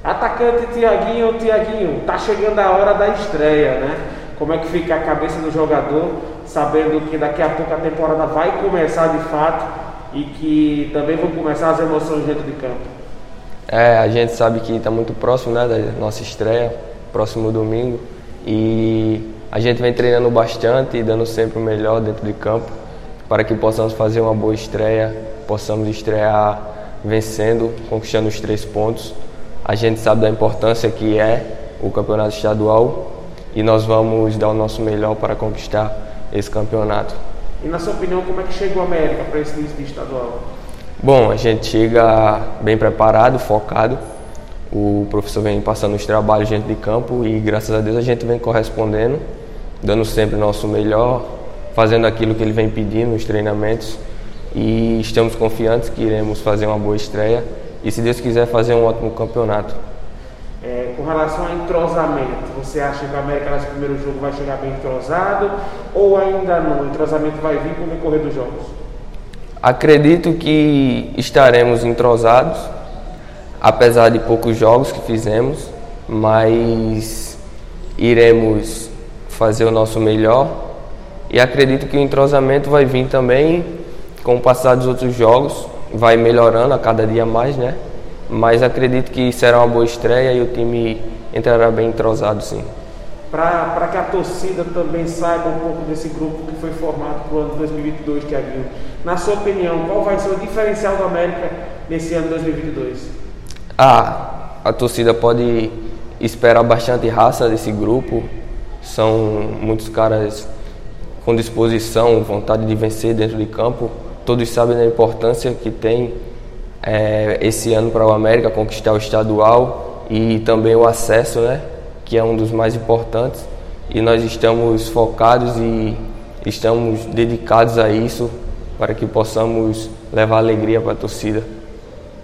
Atacante Thiaguinho, tá chegando a hora da estreia, né? Como é que fica a cabeça do jogador, sabendo que daqui a pouco a temporada vai começar de fato e que também vão começar as emoções dentro de campo? A gente sabe que está muito próximo, né, da nossa estreia, próximo domingo, e a gente vem treinando bastante e dando sempre o melhor dentro de campo para que possamos fazer uma boa estreia, possamos estrear vencendo, conquistando os 3 pontos. A gente sabe da importância que é o campeonato estadual e nós vamos dar o nosso melhor para conquistar esse campeonato. E na sua opinião, como é que chega o América para esse início de estadual? Bom, a gente chega bem preparado, focado. O professor vem passando os trabalhos dentro de campo e graças a Deus a gente vem correspondendo, dando sempre o nosso melhor, fazendo aquilo que ele vem pedindo nos treinamentos e estamos confiantes que iremos fazer uma boa estreia e, se Deus quiser, fazer um ótimo campeonato. Com relação a entrosamento, você acha que o América nesse primeiro jogo vai chegar bem entrosado ou ainda não? O entrosamento vai vir com o decorrer dos jogos? Acredito que estaremos entrosados, apesar de poucos jogos que fizemos, mas iremos fazer o nosso melhor e acredito que o entrosamento vai vir também com o passar dos outros jogos, vai melhorando a cada dia mais, né? Mas acredito que será uma boa estreia e o time entrará bem entrosado, sim. Para que a torcida também saiba um pouco desse grupo que foi formado para o ano 2022, Thiaguinho, na sua opinião, qual vai ser o diferencial do América nesse ano 2022? A torcida pode esperar bastante raça desse grupo. São muitos caras com disposição, vontade de vencer dentro de campo. Todos sabem da importância que tem esse ano para o América conquistar o estadual e também o acesso, né, que é um dos mais importantes. E nós estamos focados e estamos dedicados a isso para que possamos levar alegria para a torcida.